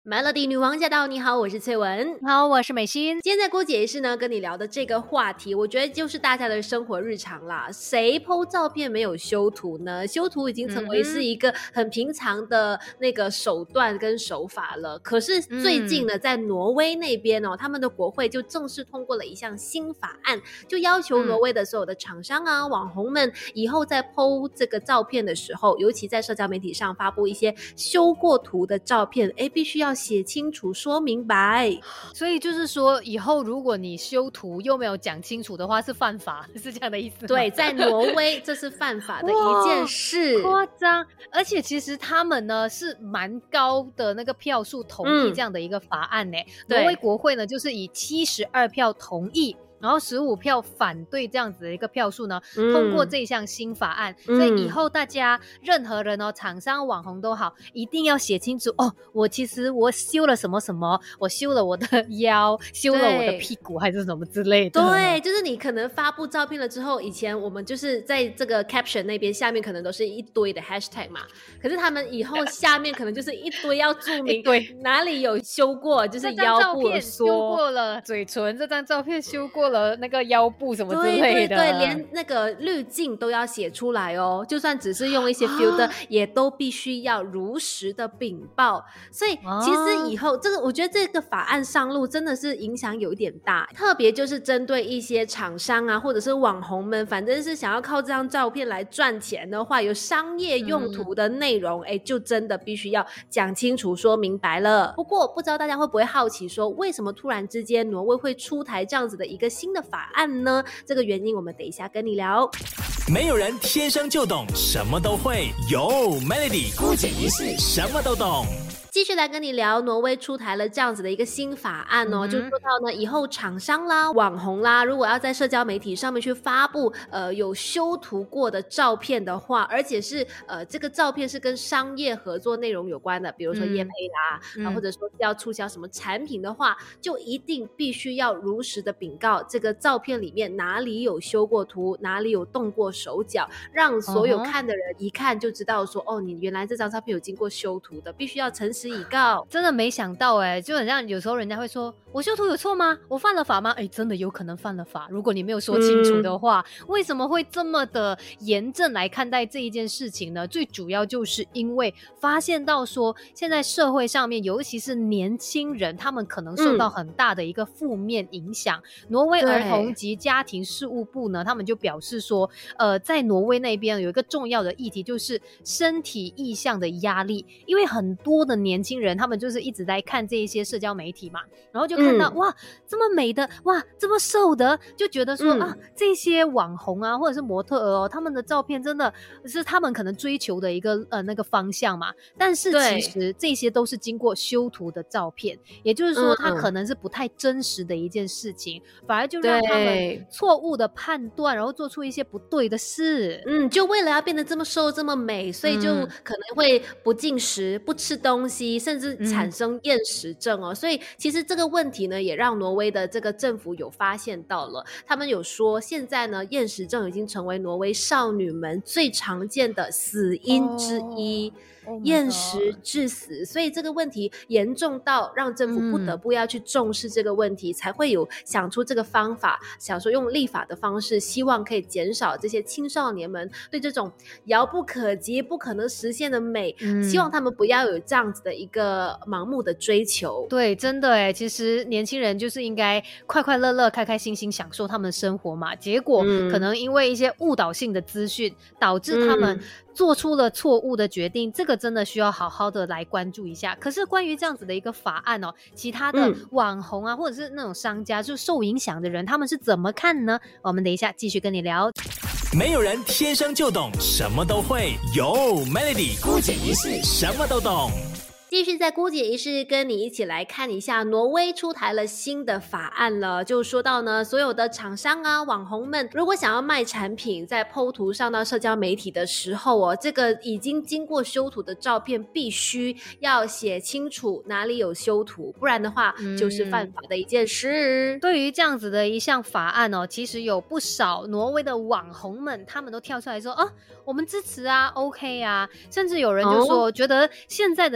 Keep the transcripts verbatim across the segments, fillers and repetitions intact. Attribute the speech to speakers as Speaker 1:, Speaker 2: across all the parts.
Speaker 1: Melody 女王驾到！你好，我是翠文。
Speaker 2: 好，我是美心。
Speaker 1: 今天在郭姐是呢跟你聊的这个话题，我觉得就是大家的生活日常啦。谁 po 照片没有修图呢？修图已经成为是一个很平常的那个手段跟手法了。嗯、可是最近呢，在挪威那边哦，他们的国会就正式通过了一项新法案，就要求挪威的所有的厂商啊、嗯、网红们以后在 po 这个照片的时候，尤其在社交媒体上发布一些修过图的照片，哎，必须要写清楚说明白。
Speaker 2: 所以就是说以后如果你修图又没有讲清楚的话是犯法，是这样的意思吗？
Speaker 1: 对，在挪威这是犯法的一件事。
Speaker 2: 夸张。而且其实他们呢是蛮高的那个票数同意这样的一个法案呢、嗯、挪威国会呢就是以七十二票同意，然后十五票反对这样子的一个票数呢、嗯、通过这项新法案、嗯、所以以后大家任何人哦，厂商网红都好，一定要写清楚哦，我其实我修了什么什么，我修了我的腰，修了我的屁股还是什么之类的。
Speaker 1: 对，就是你可能发布照片了之后，以前我们就是在这个 caption 那边下面可能都是一堆的 hashtag 嘛，可是他们以后下面可能就是一堆要注明哪里有修过，就是腰部的缩，
Speaker 2: 修过了嘴唇，这张照片修过了那个腰部什么之类的，
Speaker 1: 对对对，连那个滤镜都要写出来哦，就算只是用一些 filter、啊、也都必须要如实的禀报。所以其实以后、啊、这个我觉得这个法案上路真的是影响有一点大，特别就是针对一些厂商啊或者是网红们，反正是想要靠这张照片来赚钱的话，有商业用途的内容、嗯、就真的必须要讲清楚说明白了。不过不知道大家会不会好奇说，为什么突然之间挪威会出台这样子的一个新的法案呢？这个原因我们等一下跟你聊。
Speaker 3: 没有人天生就懂什么都会，有 Melody 姑姐一世什么都懂。
Speaker 1: 继续来跟你聊，挪威出台了这样子的一个新法案哦，嗯、就说到呢，以后厂商啦、网红啦，如果要在社交媒体上面去发布呃有修图过的照片的话，而且是呃这个照片是跟商业合作内容有关的，比如说业配啦、嗯啊，或者说是要促销什么产品的话，就一定必须要如实的禀告这个照片里面哪里有修过图，哪里有动过手脚，让所有看的人一看就知道说，哦，你原来这张照片有经过修图的，必须要诚实以告。
Speaker 2: 真的没想到哎、欸，就很像有时候人家会说我修图有错吗？我犯了法吗？哎、欸，真的有可能犯了法。如果你没有说清楚的话、嗯、为什么会这么的严正来看待这一件事情呢？最主要就是因为发现到说现在社会上面尤其是年轻人，他们可能受到很大的一个负面影响、嗯、挪威儿童及家庭事务部呢，他们就表示说呃，在挪威那边有一个重要的议题，就是身体意象的压力。因为很多的年轻人他们就是一直在看这一些社交媒体嘛，然后就看到、嗯、哇这么美的，哇这么瘦的，就觉得说、嗯、啊这些网红啊或者是模特儿哦，他们的照片真的是他们可能追求的一个呃那个方向嘛，但是其实这些都是经过修图的照片，也就是说它可能是不太真实的一件事情、嗯、反而就让他们错误的判断，然后做出一些不对的事。
Speaker 1: 嗯，就为了要变得这么瘦这么美，所以就可能会不进食、不吃东西，甚至产生厌食症哦、嗯、所以其实这个问题呢也让挪威的这个政府有发现到了，他们有说现在呢厌食症已经成为挪威少女们最常见的死因之一、oh, 厌食致死，所以这个问题严重到让政府不得不要去重视这个问题、嗯、才会有想出这个方法，想说用立法的方式，希望可以减少这些青少年们对这种遥不可及不可能实现的美、嗯、希望他们不要有这样子的一个盲目的追求。
Speaker 2: 对，真的耶，其实年轻人就是应该快快乐乐开开心心享受他们的生活嘛，结果、嗯、可能因为一些误导性的资讯导致他们做出了错误的决定、嗯、这个真的需要好好的来关注一下。可是关于这样子的一个法案哦，其他的网红啊、嗯、或者是那种商家就受影响的人他们是怎么看呢？我们等一下继续跟你聊。
Speaker 3: 没有人天生就懂什么都会，有 Melody 姑姐一世什么都懂。
Speaker 1: 继续在姑姐一世跟你一起来看一下，挪威出台了新的法案了，就说到呢，所有的厂商啊网红们如果想要卖产品，在 po 图上到社交媒体的时候哦，这个已经经过修图的照片必须要写清楚哪里有修图，不然的话就是犯法的一件事、
Speaker 2: 嗯、对于这样子的一项法案哦，其实有不少挪威的网红们他们都跳出来说啊，我们支持啊 OK 啊，甚至有人就说、哦、觉得现在的年轻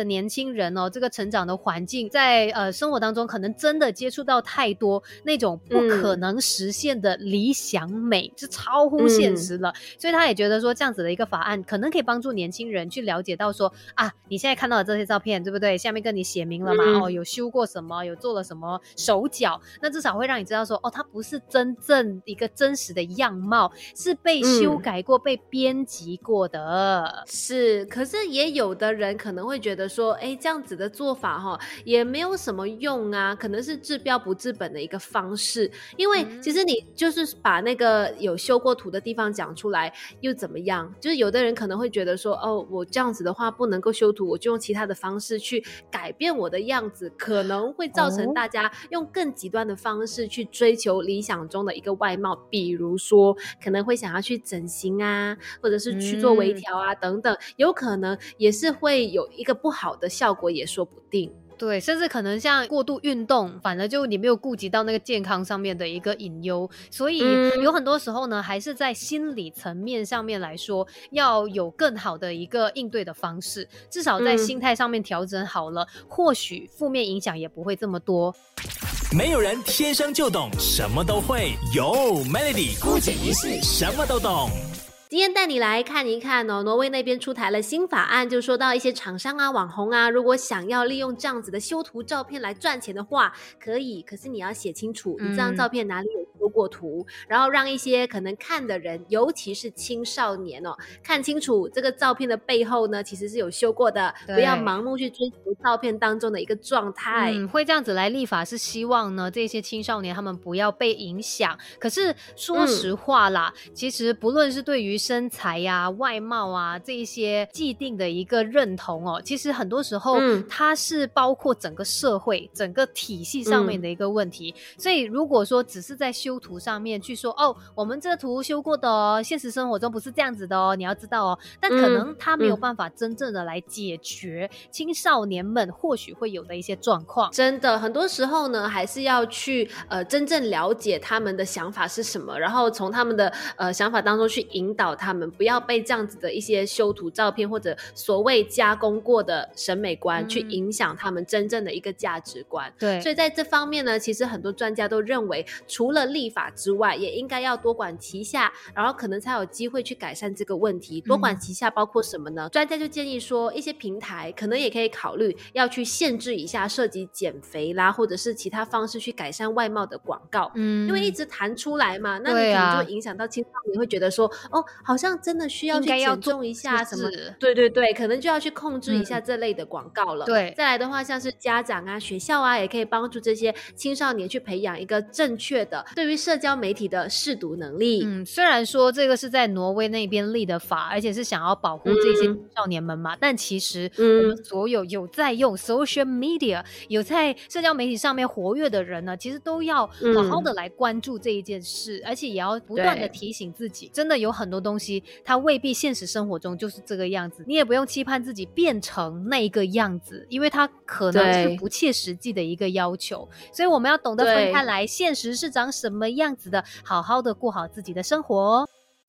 Speaker 2: 轻人哦，这个成长的环境，在呃生活当中可能真的接触到太多那种不可能实现的理想美，是、嗯、超乎现实了、嗯、所以他也觉得说这样子的一个法案可能可以帮助年轻人去了解到说啊，你现在看到的这些照片对不对，下面跟你写明了嘛、嗯、哦，有修过什么，有做了什么手脚，那至少会让你知道说哦，它不是真正一个真实的样貌，是被修改过、嗯、被编辑过的。
Speaker 1: 是，可是也有的人可能会觉得说哎，这样子的做法齁也没有什么用啊，可能是治标不治本的一个方式，因为其实你就是把那个有修过图的地方讲出来又怎么样，就是有的人可能会觉得说哦，我这样子的话不能够修图，我就用其他的方式去改变我的样子，可能会造成大家用更极端的方式去追求理想中的一个外貌，比如说可能会想要去整形啊，或者是去做微调啊、嗯、等等，有可能也是会有一个不好的效果也说不定。
Speaker 2: 对，甚至可能像过度运动，反而就你没有顾及到那个健康上面的一个隐忧，所以有很多时候呢、嗯、还是在心理层面上面来说要有更好的一个应对的方式，至少在心态上面调整好了、嗯、或许负面影响也不会这么多。
Speaker 3: 没有人天生就懂什么都会，有 Melody 孤姐一世什么都懂。
Speaker 1: 今天带你来看一看哦，挪威那边出台了新法案，就说到一些厂商啊、网红啊，如果想要利用这样子的修图照片来赚钱的话，可以，可是你要写清楚你这张照片哪里有修过图、嗯、然后让一些可能看的人，尤其是青少年哦，看清楚这个照片的背后呢其实是有修过的，不要盲目去追求照片当中的一个状态。
Speaker 2: 嗯，会这样子来立法是希望呢这些青少年他们不要被影响，可是说实话啦、嗯、其实不论是对于身材啊、外貌啊这一些既定的一个认同哦，其实很多时候、嗯、它是包括整个社会整个体系上面的一个问题、嗯、所以如果说只是在修图上面去说哦，我们这图修过的哦，现实生活中不是这样子的哦，你要知道哦，但可能它没有办法真正的来解决青少年们或许会有的一些状况。
Speaker 1: 真的很多时候呢还是要去呃真正了解他们的想法是什么，然后从他们的呃想法当中去引导他们，不要被这样子的一些修图照片或者所谓加工过的审美观、嗯、去影响他们真正的一个价值观。
Speaker 2: 对，
Speaker 1: 所以在这方面呢，其实很多专家都认为除了立法之外也应该要多管齐下，然后可能才有机会去改善这个问题。多管齐下包括什么呢、嗯、专家就建议说一些平台可能也可以考虑要去限制一下涉及减肥啦或者是其他方式去改善外貌的广告。嗯，因为一直弹出来嘛，那你可能就会影响到青少年会觉得说哦，好像真的需要去减重一下什么，对对对，可能就要去控制一下这类的广告了、嗯、对。再来的话像是家长啊、学校啊，也可以帮助这些青少年去培养一个正确的对于社交媒体的识读能力。
Speaker 2: 嗯，虽然说这个是在挪威那边立的法，而且是想要保护这些青少年们嘛、嗯、但其实我们所有有在用 social media、嗯、有在社交媒体上面活跃的人呢，其实都要好好的来关注这一件事、嗯、而且也要不断的提醒自己，真的有很多东西它未必现实生活中就是这个样子，你也不用期盼自己变成那一个样子，因为它可能是不切实际的一个要求，所以我们要懂得分开来，现实是长什么样子的，好好的过好自己的生活哦。